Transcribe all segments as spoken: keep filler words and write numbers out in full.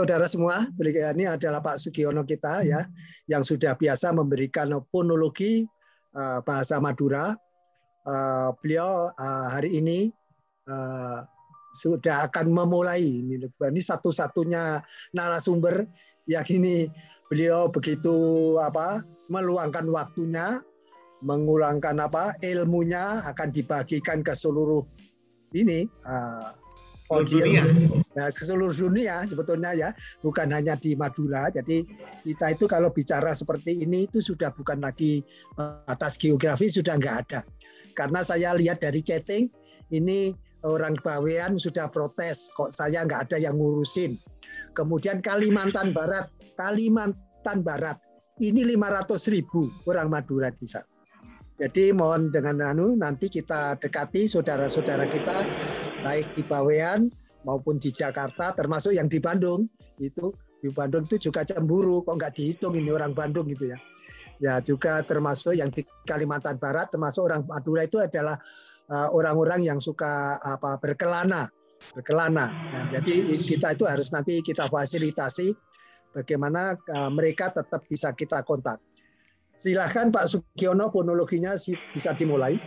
saudara semua, ini adalah Pak Sugiono kita ya, yang sudah biasa memberikan fonologi uh, bahasa Madura. Uh, beliau uh, hari ini uh, sudah akan memulai ini, ini satu-satunya narasumber yang ini beliau begitu apa meluangkan waktunya, mengulangkan apa ilmunya akan dibagikan ke seluruh ini uh, audiens, nah, seluruh dunia sebetulnya ya, bukan hanya di Madura. Jadi kita itu kalau bicara seperti ini itu sudah bukan lagi atas geografi, sudah nggak ada. Karena saya lihat dari chatting ini orang Bawean sudah protes, kok saya nggak ada yang ngurusin. Kemudian Kalimantan Barat, Kalimantan Barat ini lima ratus ribu orang Madura di sana. Jadi mohon dengan anu nanti kita dekati saudara-saudara kita baik di Bawean maupun di Jakarta, termasuk yang di Bandung itu di Bandung itu juga cemburu kok nggak dihitung ini orang Bandung gitu ya. Ya juga termasuk yang di Kalimantan Barat, termasuk orang Madura itu adalah orang-orang uh, yang suka apa berkelana, berkelana. Nah, jadi kita itu harus nanti kita fasilitasi bagaimana uh, mereka tetap bisa kita kontak. Silakan Pak Sugiono, fonologinya bisa dimulai.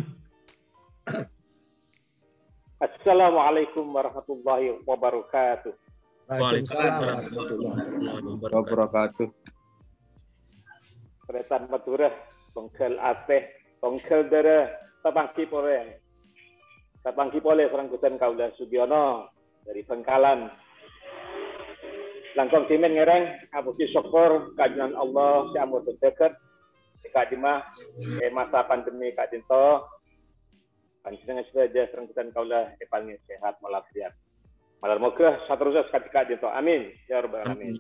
Assalamualaikum warahmatullahi wabarakatuh. Waalaikumsalam warahmatullahi wabarakatuh. Presan Madura, Bongkel Aceh, Bongkel Dere, Tabangki Pole, Tabangki Pole, Serangkutan Kaula Sugiono dari Bengkalan. Langkong timen ngereng, abuti syukur, kajian Allah, si amur berdekat, Kak Dimah, eh, masa pandemi Kak Dinto, panjenengan saja Serangkutan Kaula, epalnya sehat, walafiat. Malar moga, saterusnya sekali Kak Dinto, amin, ya Rabbal Alamin.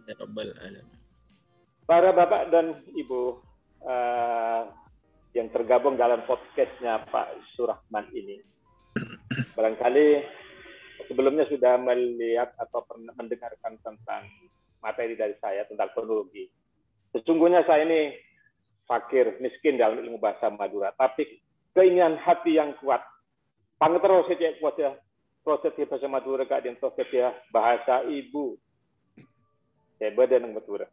Para bapak dan ibu uh, yang tergabung dalam podcastnya Pak Surahman ini, barangkali sebelumnya sudah melihat atau pernah mendengarkan tentang materi dari saya tentang fonologi. Sesungguhnya saya ini fakir, miskin dalam ilmu bahasa Madura, tapi keinginan hati yang kuat. Pangetero sejak kuatnya proses bahasa Madura Kak Dinto sejak bahasa ibu. Saya beda dengan Madura.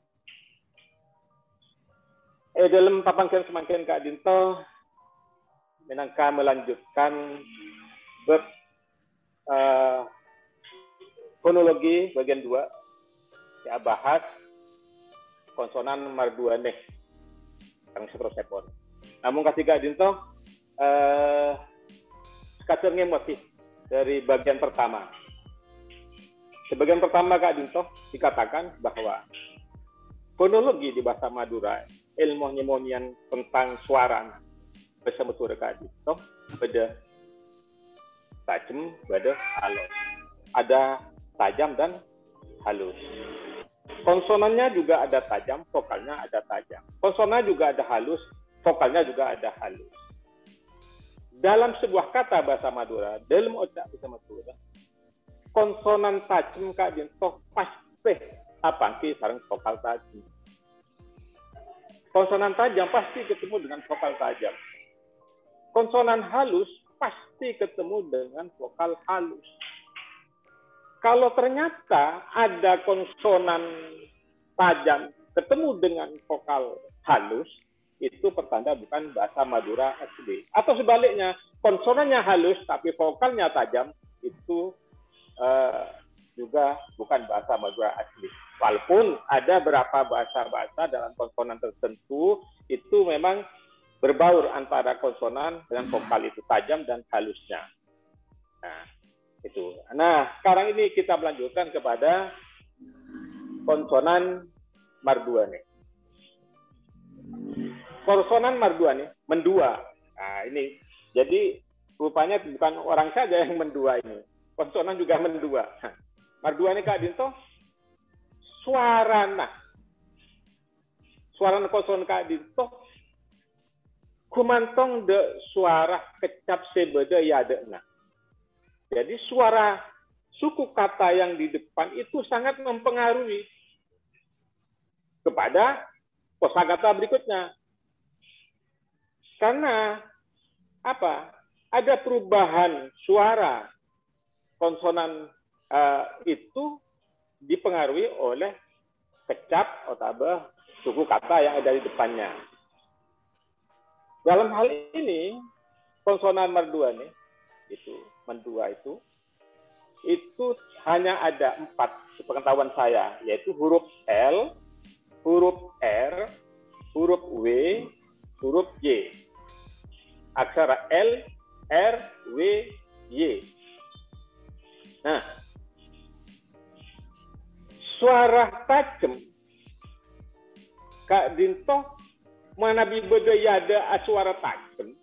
Eh dalam papangkan semakin Kak Dinto menangka melanjutkan ber uh, fonologi bagian dua ya bahas konsonan marduaneh yang seprosepon. Namun kasih Kak Dinto uh, sekacangnya motif dari bagian pertama. Sebagian pertama Kak Dinto dikatakan bahwa fonologi di bahasa Madura ilmu nyemonian tentang suara bahasa Madura Kak Dinto beda tajam, beda halus. Ada tajam dan halus. Konsonannya juga ada tajam, vokalnya ada tajam. Konsonannya juga ada halus, vokalnya juga ada halus. Dalam sebuah kata bahasa Madura, dalam otak bahasa Madura, konsonan tajam Kak Dinto pasti apa ki sareng vokal tajam. Konsonan tajam pasti ketemu dengan vokal tajam. Konsonan halus pasti ketemu dengan vokal halus. Kalau ternyata ada konsonan tajam ketemu dengan vokal halus, itu pertanda bukan bahasa Madura asli. Atau sebaliknya, konsonannya halus tapi vokalnya tajam, itu uh, juga bukan bahasa Madura asli. Walaupun ada beberapa bahasa-bahasa dalam konsonan tertentu, itu memang berbaur antara konsonan dengan vokal itu tajam dan halusnya. Nah, itu. Nah, sekarang ini kita melanjutkan kepada konsonan marduane. Konsonan marduane, mendua. Nah, ini. Jadi, rupanya bukan orang saja yang mendua ini. Konsonan juga mendua. Marduane Kak Dinto, suarana. Suarana konsonan Kak Dinto, kumantong de suara kecap sebeda yadena. Jadi suara suku kata yang di depan itu sangat mempengaruhi kepada kosakata berikutnya. Karena apa? Ada perubahan suara konsonan uh, itu dipengaruhi oleh kecap atau suku kata yang ada di depannya. Dalam hal ini, konsonan merdu nih, itu mendua itu, itu hanya ada empat sepengetahuan saya, yaitu huruf L, huruf R, huruf W, huruf Y. Aksara L, R, W, Y. Nah, suara tajam, Kak Dinto, mana bibedaya ada suara tajam.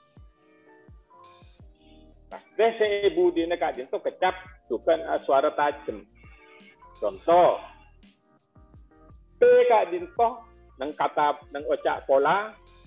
Nah, sebu di Kak Dinto kecap bukan suara tajam. Contoh, P Kak Dinto nang kata nang ocak pola,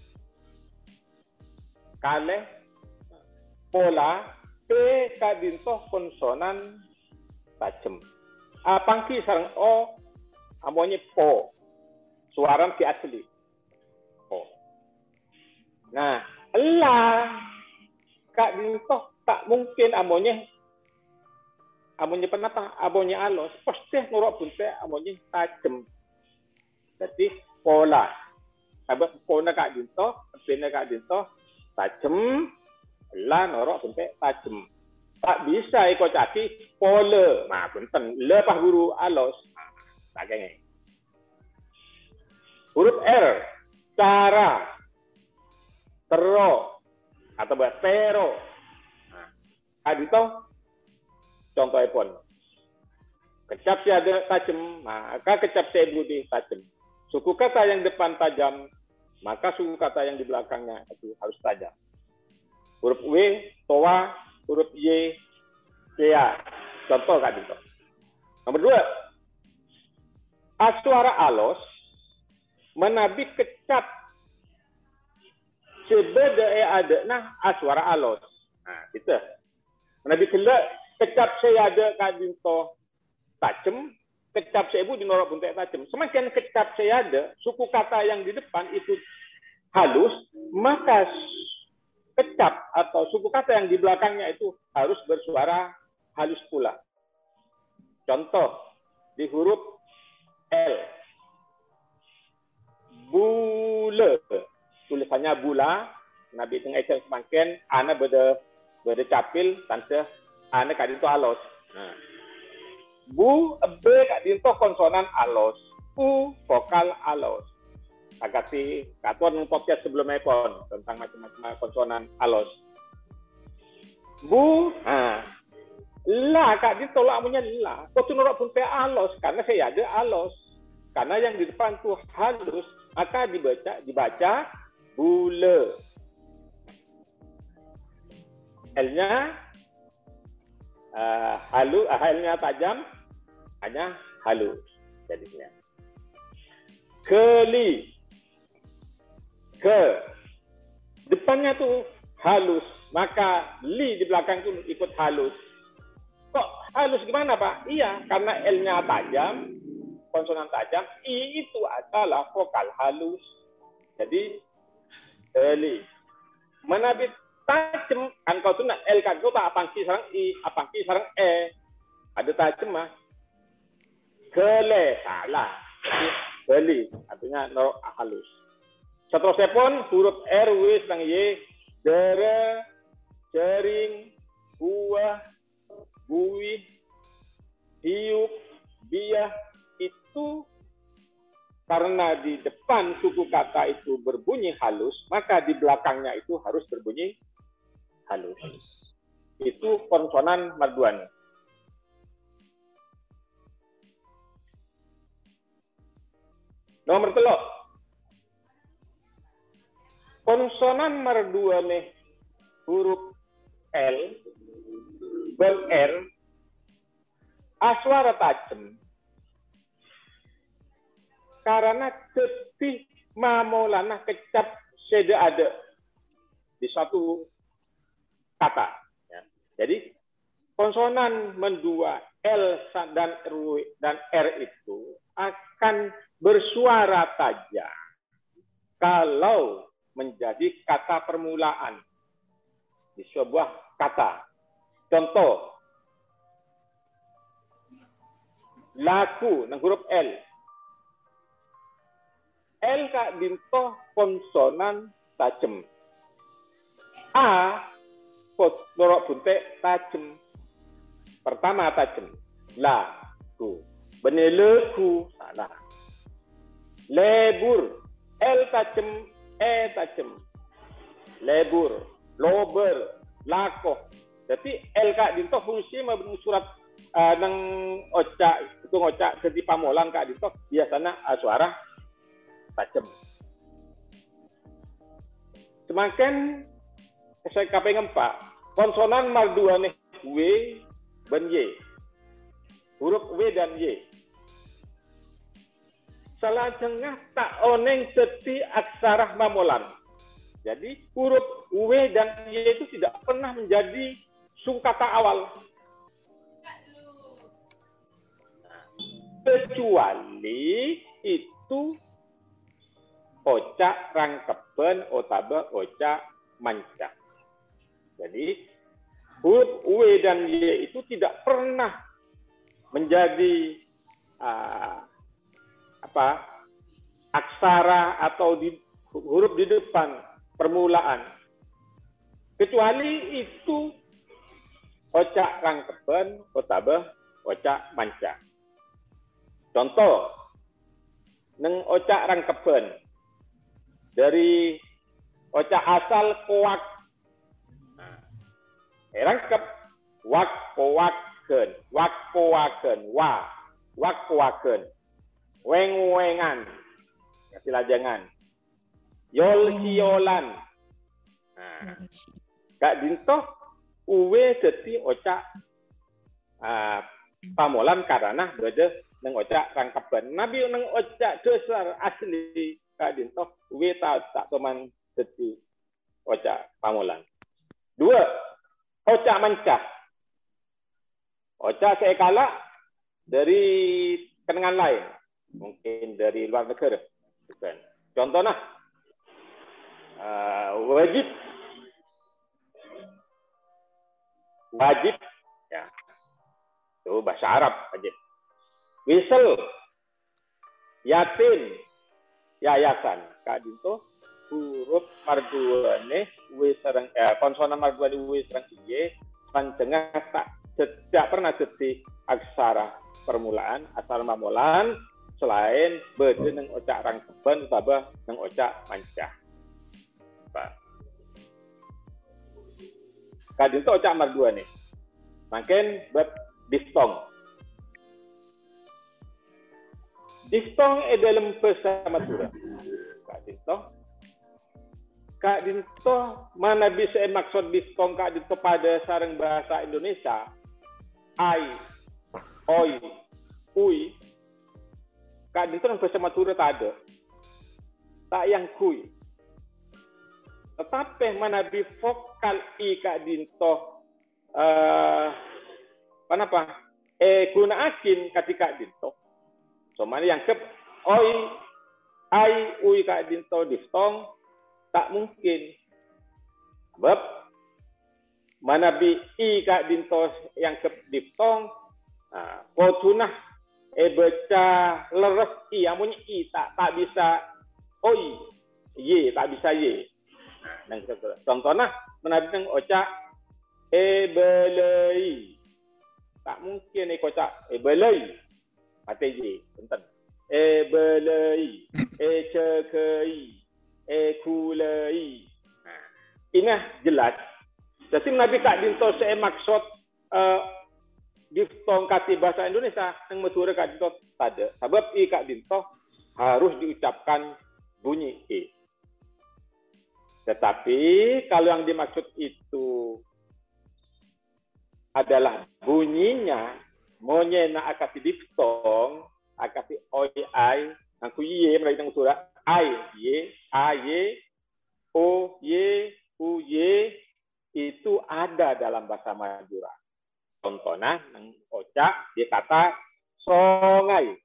kale pola P Kak Dinto konsonan tajam. Apangki sarang O amonye po. Suara ki asli. Po. Nah, elah Kak Dinto tak mungkin amonye amonye penata, amonye alos, pasti nurok bunte amonye tajam. Jadi pola. Abang pola Kak Dinto, pena Kak Dinto tajam, elah nurok bunte tajam. Tak bisa ikut caki pola. Nah, punten lepas guru alos. Tak kene. Huruf R, cara, tero, atau pero. Nah, adito, contoh ipon. Kecap si ada tajam, maka kecap si budi tajam. Suku kata yang depan tajam, maka suku kata yang di belakangnya itu harus tajam. Huruf W, toa, huruf Y, ya. Contoh Kak Dinto. Nomor dua, suara alos menabi kecap sebeda e ada nah suara alos. Nah, gitu. Menabi kelak kecap saya ada Kak Dinto tajam, kecap saya ibu di norok buntek tajam. Semakin kecap saya ada, suku kata yang di depan itu halus, maka kecap atau suku kata yang di belakangnya itu harus bersuara halus pula. Contoh, di huruf L. Bule. Tulisannya bula. Nabi tengah ecel semakin, ana beda beda capil, tante, ana Kak Dinto alos. Nah. Bu, B Kak Dinto konsonan alos. U, vokal alos. Agati katuan podcast sebelumnya pun tentang macam-macam konsonan alos. Bu, nah, la Kak Dinto lah punya la. Kau tu norok pun alos karena saya ada alos. Karena yang di depan tuh halus, maka dibaca dibaca bule. L-nya uh, halus, uh, L-nya tajam, hanya halus jadinya. Keli. Ke depannya tuh halus, maka li di belakang tuh ikut halus. Kok halus gimana Pak? Iya, karena L-nya tajam, konsonan tajam, I itu adalah vokal halus. Jadi li. Menabit tajam, kan kau tuh nak L kan kau tak apangki sarang I, apangki sarang E. Ada tajam mah. Kele, salah. Jadi keli, artinya no halus. Seterusnya pun huruf R, W, sedang Y, dere, cering, buah, buih, hiup, biah, itu karena di depan suku kata itu berbunyi halus, maka di belakangnya itu harus berbunyi halus. halus. Itu konsonan merduan. Nomor telok. Konsonan merduan nih huruf L, ber R, aswara tajam. Karena ketih mamolana kecap seda ada di suatu kata. Ya. Jadi konsonan mendua L dan R, dan R itu akan bersuara tajam kalau menjadi kata permulaan di sebuah kata. Contoh, laku nang huruf L. L Kak Dinto konsonan tajem. A pot lorok buntek tajem. Pertama tajem. Laku. Benih leku salah. Lebur. L tajem, E tajem. Lebur, lober, lakoh. Jadi L Kak Dinto fungsi memberi surat uh, nang ocak itu ngocak jadi pamolan Kak Dinto biasanya uh, suara tajem. Semakin saya kapengen Pak konsonan mardua nih W dan Y. Huruf W dan Y. Salah jengah tak oneng seti aksara mamolan. Jadi huruf W dan Y itu tidak pernah menjadi sungkata awal. Kecuali itu ocak rangkeben otaba ocak manca. Jadi huruf W dan Y itu tidak pernah menjadi uh, apa aksara atau di, huruf di depan permulaan. Kecuali itu ocak rangkeben otaba ocak manca. Contoh, neng ocak rangkeben dari ocak asal koak. Nah, rangkep wak koaken, wak koaken, wa, wak koaken, weng wengan, kasih lajangan, yol siolan. Nah, Kak Dinto uwe dadi ocak uh, pamolan karena beda neng ocak rangkeben. Nabi neng ocak dasar asli Kak Dinto uwe tak tak teman dadi ocak pamolan. Dua, ocak mancah. Ocak seekala dari kenangan lain, mungkin dari luar negara. Bukan. Contohnya uh, wajib wajib ya itu bahasa Arab wajib. Wisel yatim yayasan Kak Dinto huruf marduane w serang eh, konsonan marduane w serang y panjangnya tak tidak pernah jadi aksara permulaan aksara mamolan selain beda neng ocak rangkeben utawa neng ocak mancah. Kak Dinto ocak marduane makin bab diftong. Diftong e dalam bahasa Madura. Kak Dinto. Kak Dinto mana bisa maksud diftong Kak Dinto pada sarang bahasa Indonesia? Ai, oi, ui. Kak Dinto dalam bahasa Madura tak ada. Tak yang kui. Tetapi mana di vokal i Kak Dinto uh, kenapa? Eh gunaakin ketika Dinto. Somani yang ke oi, ai, ui Kak Dinto diftong tak mungkin. Sebab mana bi i Kak Dinto yang ke diftong, nah, kodunah eh baca leres i, amunnya i tak tak bisa oi, y tak bisa y. Nah, contohnya menabi nang ocak e belei. Tak mungkin e kocak e belei. Mati y, bentar. E belei, e cekei, e kulei. Nah, ini jelas. Jadi Nabi Kak Dinto saya maksud uh, diftong kati bahasa Indonesia yang Madura Kak Dinto tada. Sebab i Kak Dinto harus diucapkan bunyi e. Tetapi kalau yang dimaksud itu adalah bunyinya monyena akasi diftong, akasi oi ai, angku ye melalui nang surah ai ye, a ye, o ye, u ye itu ada dalam bahasa Madura. Contohnya nang ocak dia kata songai,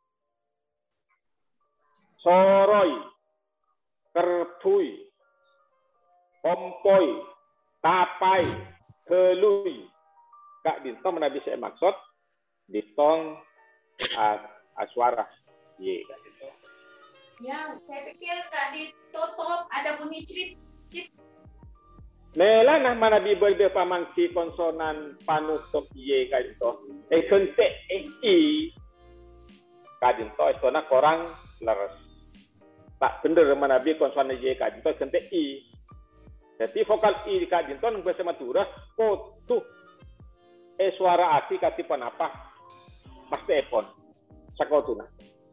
soroi, kerpui, pompoi, tapai, kelui. Kak Dinto mana bisa maksud ditong A, A suara Y. Ya, saya pikir nggak ditutup, ada bunyi crit, crit. Nela nah mana di berde pamangki konsonan panutup Y kadito. Eh kente eh I kadito istona korang leres. Tak bener mana bi konsonan Y kadito kente I. Jadi vokal I kadito nang bahasa Madura ko tu eh suara ati katipan apa? Mas telepon. Sakotuna.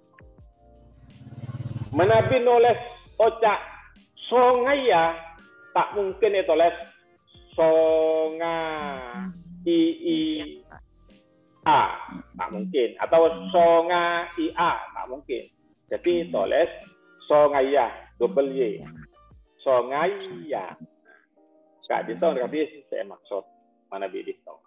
Menabi noles oca songaya tak mungkin itu les songa i i a tak mungkin atau songa i a tak mungkin. Jadi toles songaya double y songaya. Kak Dito tapi saya maksud mana bidito.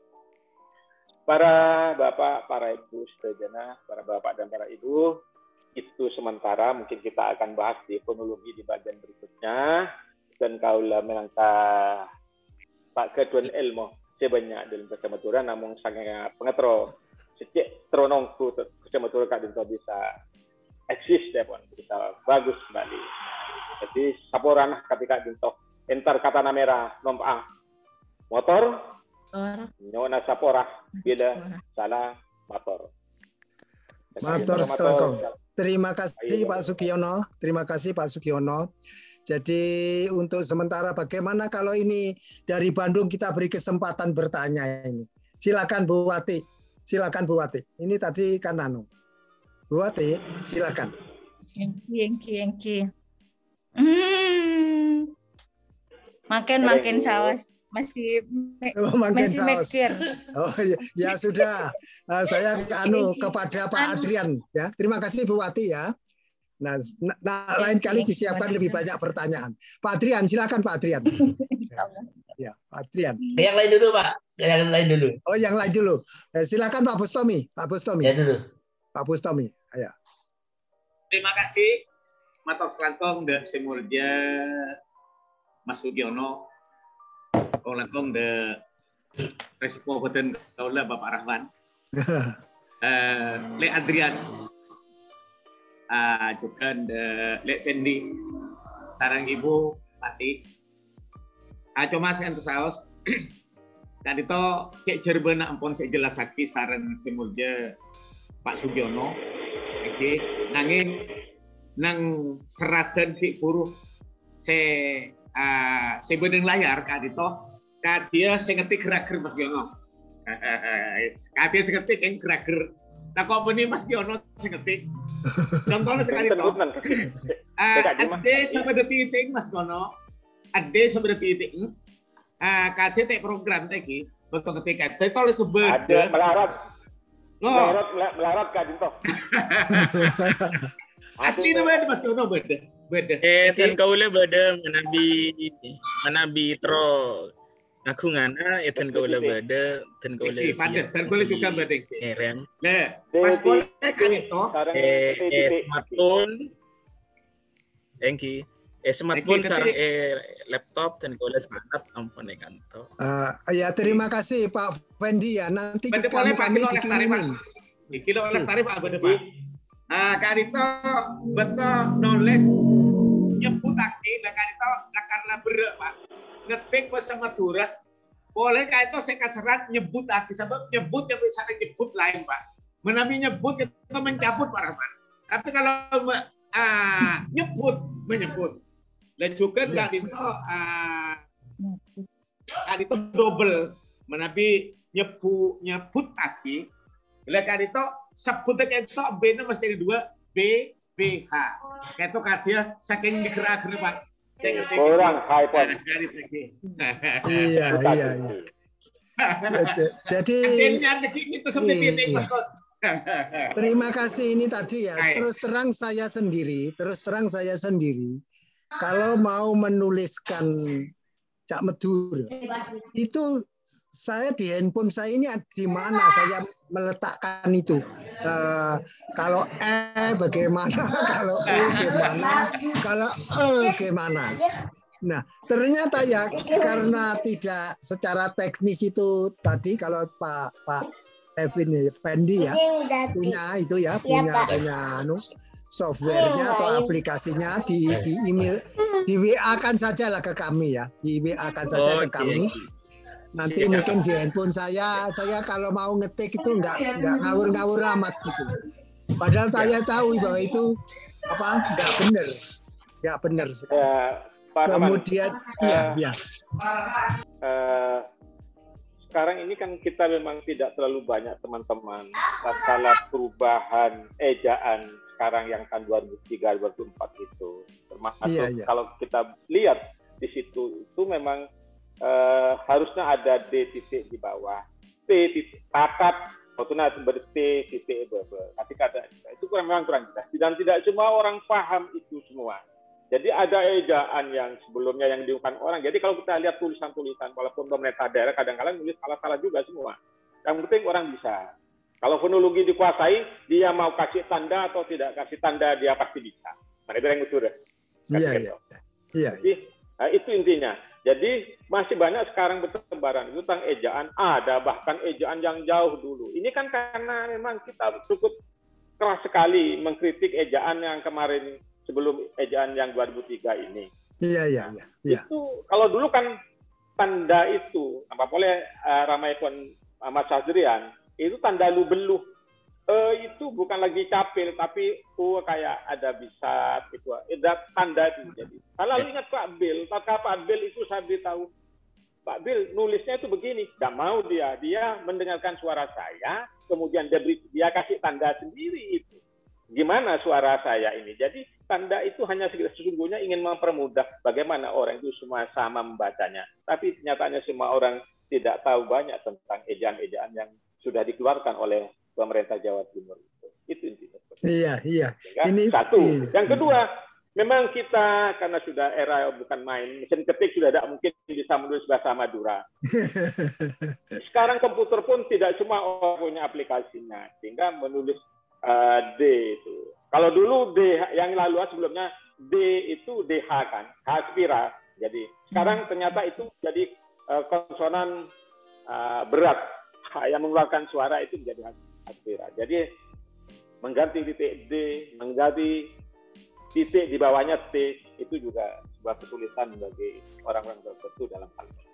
Para bapak, para ibu sedaya, para bapak dan para ibu. Itu sementara mungkin kita akan bahas di fonologi di bagian berikutnya dan kaula melangka Pak Keduen ilmu sebanyak dalam bahasa Madura namun sangat pengetro sejak tronongku bahasa Madura Kak Dinto bisa eksis ya pun bisa bagus kembali. Jadi saporan ketika Dinto entar kata merah nom A motor nyona sapora beda salah motor. Motor selekong. Terima kasih Pak Sugiono, terima kasih Pak Sugiono. Jadi untuk sementara bagaimana kalau ini dari Bandung kita beri kesempatan bertanya ini. Silakan Bu Wati, silakan Bu Wati. Ini tadi kan anu. Bu Wati, silakan. Engki, engki, engki. Hmm. Makin makin saus. Masih oh, masih saus. mikir. Oh ya, ya sudah. Uh, saya anu kepada Pak Adrian ya. Terima kasih Bu Wati ya. Nah, nah lain kali disiapkan lebih banyak pertanyaan. Pak Adrian, silakan Pak Adrian. Ya, Pak Adrian. Yang lain dulu Pak. Yang lain dulu. Oh, yang lain dulu. Eh, silakan Pak Bustomi. Pak Bustomi. Ya dulu. Pak Bustomi. Ayo. Terima kasih. Matur selangkong de Simulja Mas Sugiono. Langkong de resiko beten kaula Bapak Rahman. uh, Le Adrian. Uh, juga de Le Pendi. Sarang Ibu Pati. Uh, cuma saya saos. Kan itu cek jerbena ampun saya jelasake sarang Simulja Pak Sugiono. Oke, nanging nang seratan ki buruh se uh, sebedeng layar kan itu kadia saya ngetik gerak-gerak Mas Giono. Kadia saya ngetik yang gerak-gerak. Nah kok ini Mas Giono saya ngetik. Contohnya sekali itu. Ade sampai detik Mas Giono. Ade sampai detik. Kadia tek program tadi. Betul ngetik kadia. Itu oleh sebeda. Ada melarat. Melarat, melarat Kak Dinto. Asli namanya Mas Giono beda. Beda. Eh, dan kaula beda manabi manabi tro aku ngana eten kaula beda ten kaula siap ten kaula juga beda eren nah pas boleh kan itu eh smartphone engki eh smartphone sarang eh laptop ten kaula sangat ampun kan to ya terima kasih Pak Fendi ya nanti kami kami dikirimin kilo lestari Pak beda Pak ah kan itu betul knowledge nyebut lagi lah kan itu karena berat Pak ngetik bahasa Madura boleh kayak itu saya kasaran nyebut lagi sebab nyebut yang bisa nyebut lain Pak menami nyebut itu mencabut Pak Rahman tapi kalau uh, nyebut menyebut dan juga kan itu uh, kan itu double menabi nyebu nyebut lagi kan itu sebutnya itu B-nya mesti dua B B H kayak itu kadia saking digerak-gerak Pak. Orang hyper. Iya, iya, iya. Jadi terima kasih ini tadi ya. Terus terang saya sendiri, terus terang saya sendiri kalau mau menuliskan Cak Madura itu saya di handphone saya ini di mana saya meletakkan itu. Uh, kalau E bagaimana, kalau U bagaimana, kalau E bagaimana. Nah, ternyata ya karena tidak secara teknis itu tadi kalau Pak Pak Kevin ya, Fendi ya, punya itu ya, punya Pak. punya anu softwarenya atau aplikasinya di di email, di W A kan saja lah ke kami ya, di W A kan saja ke Oke. kami. Nanti Siap. mungkin di handphone saya, saya kalau mau ngetik itu nggak nggak ngawur-ngawur amat gitu. Padahal saya tahu bahwa itu apa nggak benar, nggak benar. Ya, Pak Rahman, Kemudian, iya, eh, iya. eh, sekarang ini kan kita memang tidak terlalu banyak teman-teman masalah perubahan ejaan sekarang yang tahun dua ribu tiga dua ribu empat itu, termasuk Iya, iya. kalau kita lihat di situ itu memang eh, harusnya ada D titik di bawah, T titik pakat, maksudnya ber T titik bebe. Tapi kata itu kurang memang kurang jelas dan tidak semua orang paham itu semua. Jadi ada ejaan yang sebelumnya yang diungkapkan orang. Jadi kalau kita lihat tulisan-tulisan, walaupun pemerintah daerah kadang-kadang nulis salah-salah juga semua. Yang penting orang bisa. Kalau fonologi dikuasai, dia mau kasih tanda atau tidak kasih tanda, dia pasti bisa. Nah, itu yang betul. Iya, iya. Iya. Jadi, nah, itu intinya. Jadi masih banyak sekarang bertebaran tentang ejaan. Ada bahkan ejaan yang jauh dulu. Ini kan karena memang kita cukup keras sekali mengkritik ejaan yang kemarin sebelum ejaan yang dua ribu tiga ini. Iya, iya, iya. Iya. Itu kalau dulu kan tanda itu, apa boleh uh, ramai pun uh, Mas Azrian, itu tanda lu beluh. Uh, itu bukan lagi capil, tapi oh, kayak ada bisa itu, ada tanda itu jadi. Kalau ingat Pak Bil, maka Pak Bil itu saya beritahu, Pak Bil nulisnya itu begini, nggak mau dia, dia mendengarkan suara saya, kemudian dia, beri, dia kasih tanda sendiri itu. Gimana suara saya ini? Jadi tanda itu hanya sesungguhnya ingin mempermudah bagaimana orang itu semua sama membacanya. Tapi nyatanya semua orang tidak tahu banyak tentang ejaan-ejaan yang sudah dikeluarkan oleh pemerintah Jawa Timur. Itu intinya. Iya, iya. Ya, Ini satu. iya. Yang kedua, memang kita karena sudah era bukan main, mesin ketik sudah tidak mungkin bisa menulis bahasa Madura. Sekarang komputer pun tidak semua orang punya aplikasinya, sehingga menulis Uh, D itu. Kalau dulu D yang lalu sebelumnya D itu D H kan, H spira. Jadi sekarang ternyata itu jadi uh, konsonan uh, berat H yang mengeluarkan suara itu menjadi H spira. Jadi mengganti titik D, mengganti titik di bawahnya T itu juga sebuah kesulitan bagi orang-orang tertentu dalam hal ini.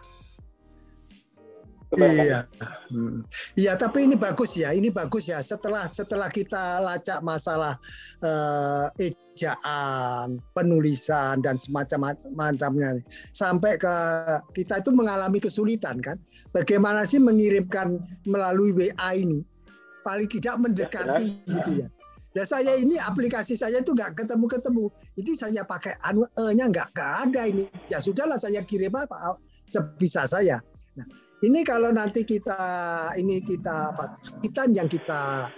Iya, hmm. Iya. Tapi ini bagus ya, ini bagus ya. Setelah setelah kita lacak masalah uh, ejaan, penulisan dan semacam macamnya, sampai ke kita itu mengalami kesulitan kan. Bagaimana sih mengirimkan melalui W A ini? Paling tidak mendekati ya, gitu ya. Ya saya ini aplikasi saya itu nggak ketemu-ketemu. Ini saya pakai anu E-nya nggak nggak ada ini. Ya sudahlah saya kirim apa sebisa saya. Nah, ini kalau nanti kita ini kita apa kesulitan yang kita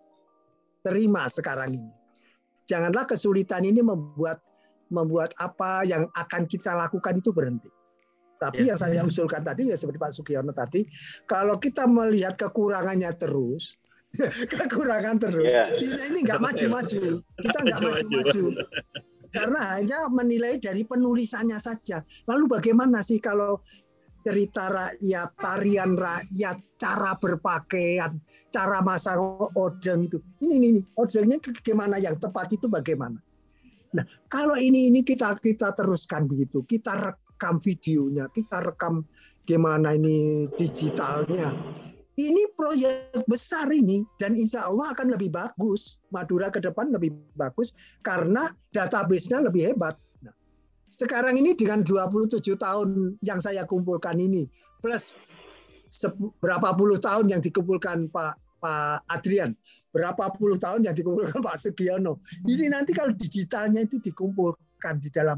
terima sekarang ini, janganlah kesulitan ini membuat membuat apa yang akan kita lakukan itu berhenti. Tapi ya, yang saya usulkan tadi ya seperti Pak Sugiono tadi, kalau kita melihat kekurangannya terus, kekurangan terus, ya. Kita ini nggak maju-maju, kita nggak maju-maju. Karena hanya menilai dari penulisannya saja. Lalu bagaimana sih kalau cerita rakyat, tarian rakyat, cara berpakaian, cara masak odeng itu. Ini ini odengnya gimana yang tepat itu bagaimana? Nah, kalau ini ini kita kita teruskan begitu, kita rekam videonya, kita rekam gimana ini digitalnya. Ini proyek besar ini dan insya Allah akan lebih bagus. Madura ke depan lebih bagus karena database-nya lebih hebat. Sekarang ini dengan dua puluh tujuh tahun yang saya kumpulkan ini plus berapa puluh tahun yang dikumpulkan Pak Pak Adrian, berapa puluh tahun yang dikumpulkan Pak Sugiono. Ini nanti kalau digitalnya itu dikumpulkan di dalam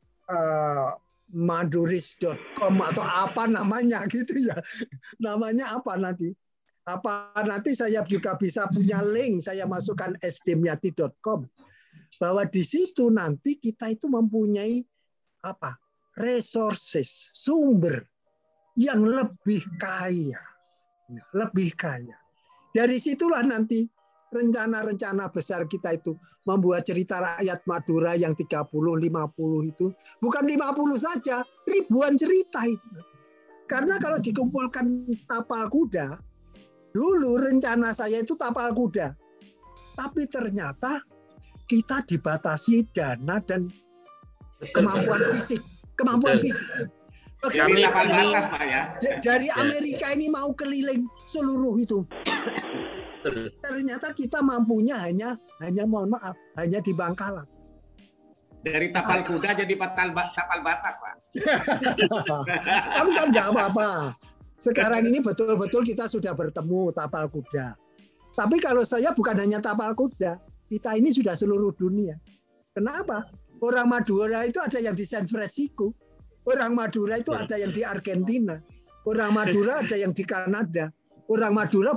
uh, maduris dot com atau apa namanya gitu ya. Namanya apa nanti? Apa nanti saya juga bisa punya link, saya masukkan s d miati dot com bahwa di situ nanti kita itu mempunyai apa resources sumber yang lebih kaya, lebih kaya. Dari situlah nanti rencana-rencana besar kita itu membuat cerita rakyat Madura yang tiga puluh, lima puluh itu bukan lima puluh saja, ribuan cerita itu. Karena kalau dikumpulkan tapal kuda Dulu rencana saya itu tapal kuda. Tapi ternyata kita dibatasi dana dan kemampuan fisik. Kemampuan Betul. fisik. Kami Tapal ini batas, Pak ya. D- dari Amerika ini mau keliling seluruh itu. betul. Ternyata kita mampunya hanya hanya mohon maaf, hanya di Bangkalan. Dari tapal kuda jadi tapal tapal batas, Pak. Tapi kan nggak apa-apa. Sekarang ini betul-betul kita sudah bertemu tapal kuda. Tapi kalau saya bukan hanya tapal kuda, kita ini sudah seluruh dunia. Kenapa? Orang Madura itu ada yang di San Francisco. Orang Madura itu ada yang di Argentina. Orang Madura ada yang di Kanada. Orang Madura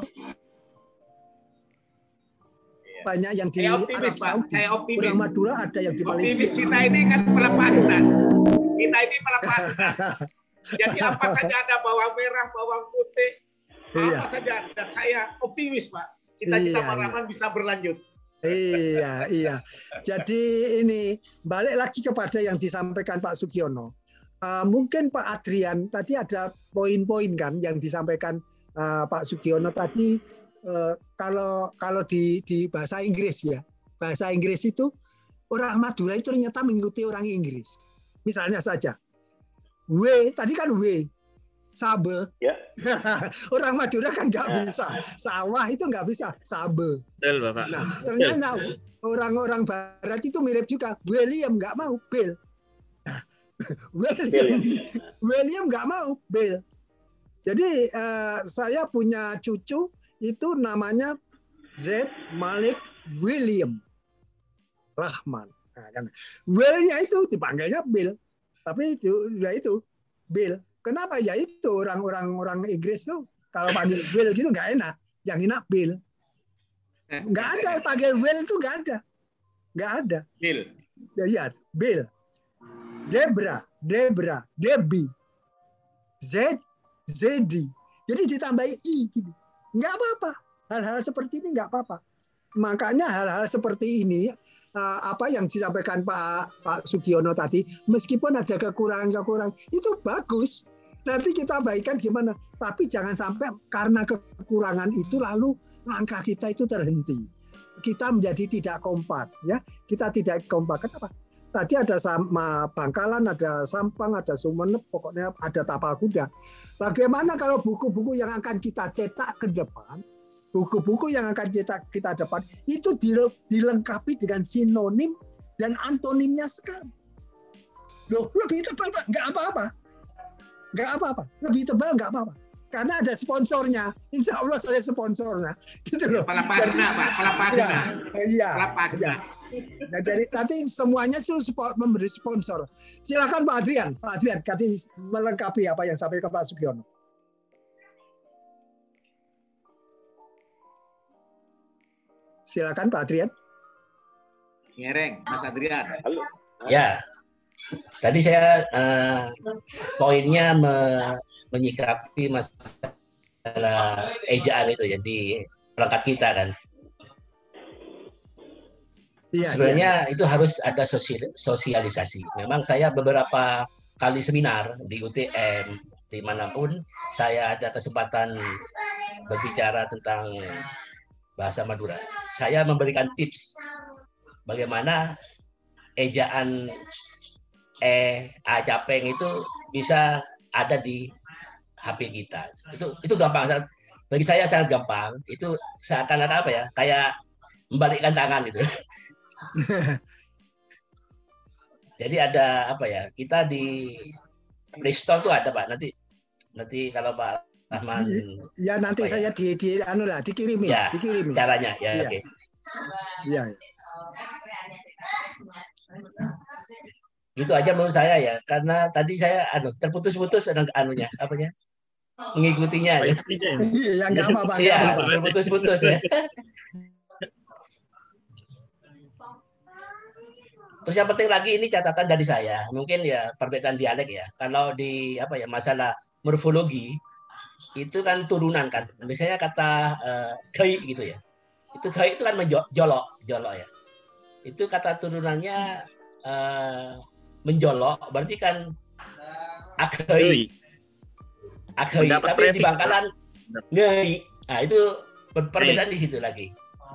banyak yang di Saya optimis, Arab Pak. Saudi. Saya optimis. Orang Madura ada yang di Optimis Malaysia. kita ini kan pelepaskan. Kita ini pelepaskan. Jadi apa saja ada bawang merah, bawang putih, apa Iya. saja. Dan saya optimis, Pak. Cita-cita Iya, Pak Rahman bisa berlanjut. Iya, iya. Jadi ini balik lagi kepada yang disampaikan Pak Sugiono. Uh, mungkin Pak Adrian tadi ada poin-poin kan yang disampaikan uh, Pak Sugiono tadi. Uh, kalau kalau di di bahasa Inggris ya, bahasa Inggris itu orang Madura itu ternyata mengikuti orang Inggris. Misalnya saja, W tadi kan W, sabe. Ya. Orang Madura kan nggak Ya. bisa, sawah itu nggak bisa, sabe. Betul, Bapak. Nah, ternyata orang-orang Barat itu mirip juga. William nggak mau, Bill. Nah, William, William nggak mau, Bill. Jadi eh, saya punya cucu itu namanya Z. Malik William Rahman. Nah, kan. Will-nya itu dipanggilnya Bill, tapi itu ya itu Bill. Kenapa? Ya itu orang-orang orang Inggris tuh kalau panggil Bill gitu nggak enak, yang enak Bill. Nggak ada panggil Will itu nggak ada, nggak ada. Bill. Ya, ya Bill, Debra, Debra, Debbie, Z, Zedi. Jadi ditambahi I gitu. Nggak apa-apa. Hal-hal seperti ini nggak apa-apa. Makanya hal-hal seperti ini apa yang disampaikan Pak Pak Sugiono tadi, meskipun ada kekurangan-kekurangan itu bagus. Nanti kita baikkan gimana. Tapi jangan sampai karena kekurangan itu lalu langkah kita itu terhenti. Kita menjadi tidak kompak, ya. Kita tidak kompak. Kenapa? Tadi ada sama Bangkalan, ada Sampang, ada Sumeneb, pokoknya ada tapal kuda. Bagaimana kalau buku-buku yang akan kita cetak ke depan, buku-buku yang akan kita kita depan itu dilengkapi dengan sinonim dan antonimnya sekarang. Loh, lebih tebal Pak, nggak apa-apa. Nggak apa-apa, lebih tebal nggak apa-apa. Karena ada sponsornya, insya Allah saya sponsornya, gitu loh. Palapagna, Pak, Palapagna. Iya, Palapagna. iya. Nah, jadi nanti semuanya sih memberi sponsor. Silakan Pak Adrian, Pak Adrian, tadi melengkapi apa yang disampaikan Pak Sugiono. Silakan Pak Adrian. Nyereng, Mas Adrian. Halo. Ya, tadi saya uh, poinnya me menyikapi masalah ejaan itu jadi perangkat kita kan. Iya, Sebenarnya iya. itu harus ada sosialisasi. Memang saya beberapa kali seminar di U T M dimanapun saya ada kesempatan berbicara tentang bahasa Madura. Saya memberikan tips bagaimana ejaan e a capeng itu bisa ada di H P kita. Itu itu gampang. Bagi saya sangat gampang. Itu seakan-akan apa ya? Kayak membalikkan tangan gitu. Jadi ada apa ya? Kita di Play Store tuh ada Pak. Nanti nanti kalau Pak Rahman ya nanti ya? saya di, di anu lah dikirimin, ya, dikirimin. Caranya ya, ya. oke. Okay. Ya. Itu aja menurut saya ya, karena tadi saya anu terputus-putus anunya, apanya? Mengikutinya. Ya, ya nggak apa-apa. Iya, terputus-putus ya. Terus yang penting lagi ini catatan dari saya, mungkin ya perbedaan dialek ya. Kalau di apa ya masalah morfologi itu kan turunan kan. Misalnya kata uh, kei gitu ya. Itu kei itu kan menjolok, jolok ya. Itu kata turunannya uh, menjolok, berarti kan akei. Akei. Tapi di Bangkalan ngei, Nah, itu perbedaan di situ lagi.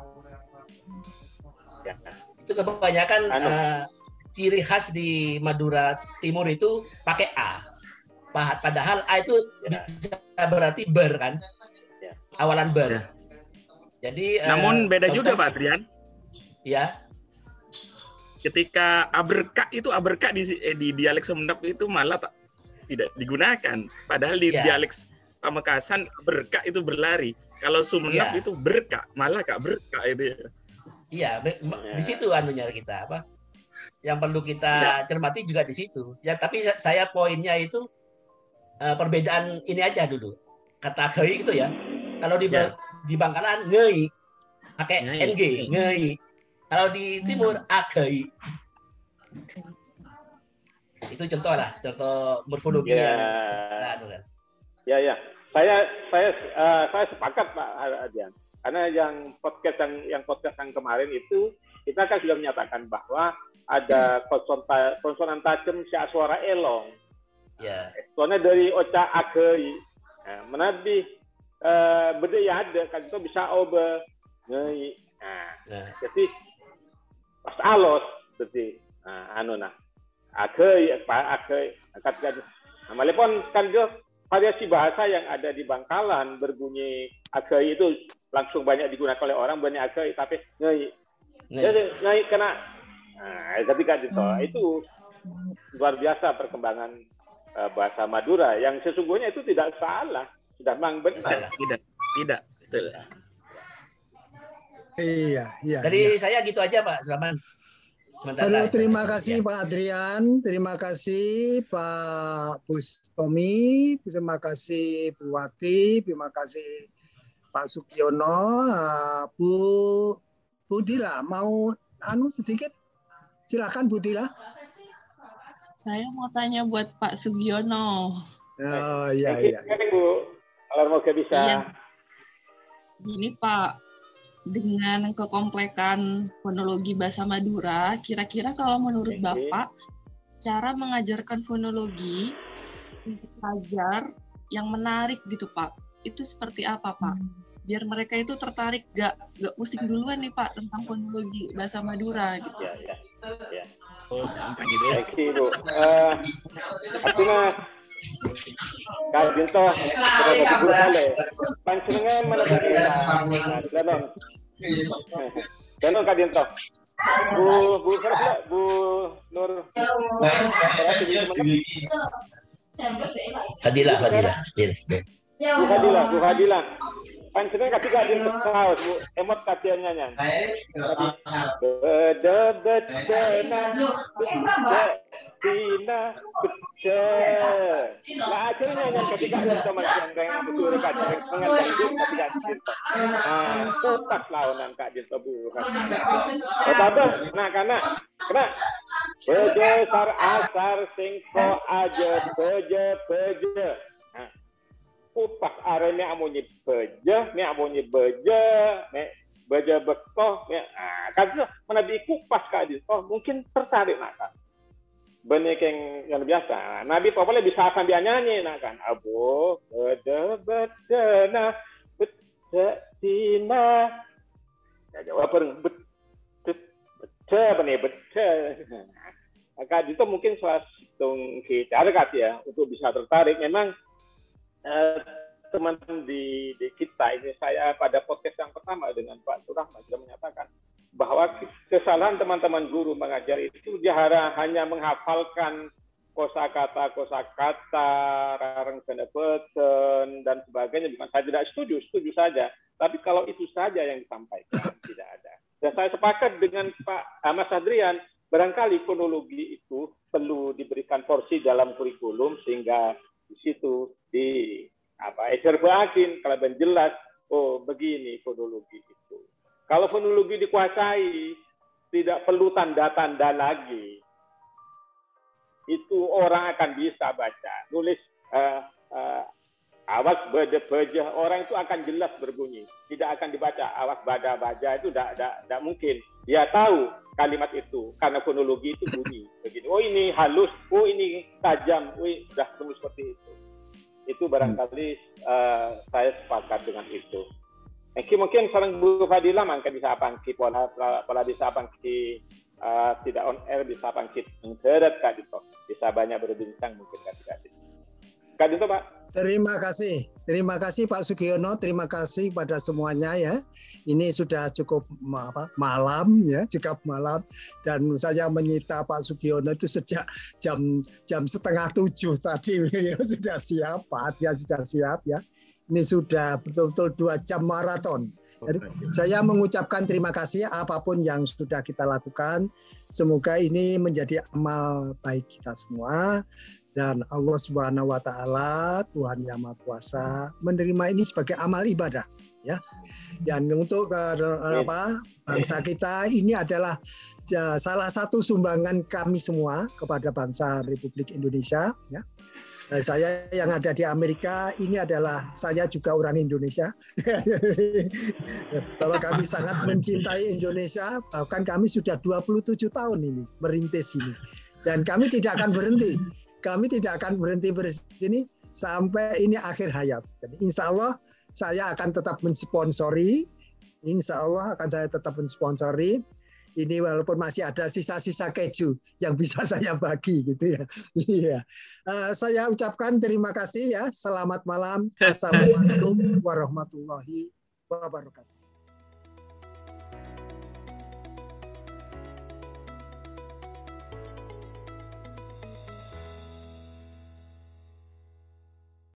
Ya. Itu kebanyakan Anu. uh, ciri khas di Madura Timur itu pakai A. Padahal A itu Ya. bisa berarti ber kan? Ya. Awalan ber. Ya. Jadi Namun uh, beda contoh, juga Pak Adrian. Ya. Ketika aberka itu aberka di, eh, di dialek Sumenep itu malah tak, tidak digunakan. Padahal di Ya. dialek Pamekasan berka itu berlari. Kalau Sumenep Ya. itu berka, malah kak berka itu. Iya, di situ anunya kita apa? Yang perlu kita Ya. cermati juga di situ. Ya, tapi saya poinnya itu uh, perbedaan ini aja dulu. Kata gei itu ya. Kalau di Ya. di Bangkalan ngei pakai Ngei. ng, ngei. Kalau di Timur agei. Itu contoh lah, contoh morfologi Ya. yang nah, anu kan. Ya, ya. Saya saya uh, saya sepakat Pak Adrian. Karena yang podcast yang yang podcast yang kemarin itu kita kan sudah menyatakan bahwa ada konsonan konsonan tajam si suara elong. Ya. Soalnya dari oca agei. Nah, menabi uh, beda ya ada kan itu bisa obe ngei. Nah, Nah, jadi pas alos berarti nah, anu nah agei pak agei angkat kan. Nah, malepon kan dia variasi bahasa yang ada di Bangkalan berbunyi agei itu langsung banyak digunakan oleh orang bunyi agei tapi ngei. ngei. Jadi ngei kena nah, ketika itu itu luar biasa perkembangan uh, bahasa Madura yang sesungguhnya itu tidak salah, sudah memang benar. Salah. Tidak, tidak. Betul. Iya, iya. Dari iya. saya gitu aja Pak Sulaman. Sementara. Halo, terima kasih Ya. Pak Adrian, terima kasih Pak Bustomi, terima kasih Bu Wati, terima kasih Pak Sugiono, uh, Bu Budila mau anu sedikit, silakan Budila. Saya mau tanya buat Pak Sugiono. Oh iya iya. Bu, kalau mau bisa. Iya. Gini Pak, dengan kekomplekan fonologi bahasa Madura, kira-kira kalau menurut Oke. Bapak, cara mengajarkan fonologi untuk pelajar yang menarik gitu Pak, itu seperti apa Pak? Biar mereka itu tertarik, gak, gak pusing duluan nih Pak tentang fonologi bahasa Madura gitu. Ya, ya, ya. Oh, gampang gitu ya. Baik, Bu. Eh, artinya Kak Dinto, berapa Bu Sale? Panjenengan mana kita? Danon. Danon Kak Dinto. Bu, Bu Kerja, Bu Nur. Fadilah, Fadilah. Bu Hadila, Bu Hadila. Panjenengan kasih Kak Dinto saus, Bu. Emot kasih nyanyi. Beda beda beda Tina beda. Lah akhirnya yang ketika ada teman yang kayak betul Kak Dinto mengenai hidup ketika Dinto. Ah, totak lawanan Kak Dinto Bu. Tetapi nah karena karena beja sar asar singko aja beja beja. Nah, kupas arene amunyi beja, ne amunyi beja, ne beja bekoh, ne ah kan mana di kupas Kak Dinto mungkin tertarik nak kan. Benih yang yang biasa. Nabi pokoknya bisa sambil nyanyi nak kan. Abu beda beda nah beda tina. Ya jawab pereng beda beda benih beda. Kak itu mungkin salah satu cara kasih ya untuk bisa tertarik. Memang eh, teman di, di kita ini saya pada podcast yang pertama dengan Pak Surahman sudah menyatakan bahwa kesalahan teman-teman guru mengajar itu dia hanya menghafalkan kosakata kosakata rarang penebeten dan sebagainya. Bukan saya tidak setuju, setuju saja. Tapi kalau itu saja yang disampaikan tidak ada. Dan saya sepakat dengan Pak Mas Adrian, barangkali fonologi itu perlu diberikan porsi dalam kurikulum sehingga di situ di apa eserbakin kalau ben jelas oh begini fonologi itu. Kalau fonologi dikuasai, tidak perlu tanda-tanda lagi. Itu orang akan bisa baca. Nulis uh, uh, awas beda-beda, orang itu akan jelas berbunyi. Tidak akan dibaca awas bada-baja itu tidak mungkin. Dia tahu kalimat itu, karena fonologi itu bunyi. Begini. Oh ini halus, oh ini tajam, oh sudah temu seperti itu. Itu barangkali uh, saya sepakat dengan itu. Eki mungkin sarang Bu Fadila mangka bisa pangki pola pola bisa pangki uh, tidak on air bisa pangki mengheret Kak Dito. Bisa banyak berbincang mungkin Kak Dito. Kak Dito Pak. Terima kasih, terima kasih Pak Sugiono, terima kasih pada semuanya ya. Ini sudah cukup apa, malam ya, cukup malam dan saya menyita Pak Sugiono itu sejak jam jam setengah tujuh tadi ya, sudah siap Pak, dia sudah siap ya. Ini sudah betul-betul dua jam maraton. Jadi, saya mengucapkan terima kasih apapun yang sudah kita lakukan. Semoga ini menjadi amal baik kita semua. Dan Allah Subhanahu wa Ta'ala, Tuhan Yang Maha Kuasa, menerima ini sebagai amal ibadah. Ya. Dan untuk apa, bangsa kita ini adalah ya, salah satu sumbangan kami semua kepada bangsa Republik Indonesia. Ya. Nah, saya yang ada di Amerika ini adalah saya juga orang Indonesia. Bahwa kami sangat mencintai Indonesia, bahkan kami sudah dua puluh tujuh tahun ini merintis ini. Dan kami tidak akan berhenti. Kami tidak akan berhenti bersini sampai ini akhir hayat. Jadi insya Allah saya akan tetap mensponsori. Insya Allah akan saya tetap mensponsori. Ini walaupun masih ada sisa-sisa keju yang bisa saya bagi gitu ya. Iya. Uh, saya ucapkan terima kasih ya. Selamat malam. Assalamualaikum warahmatullahi wabarakatuh.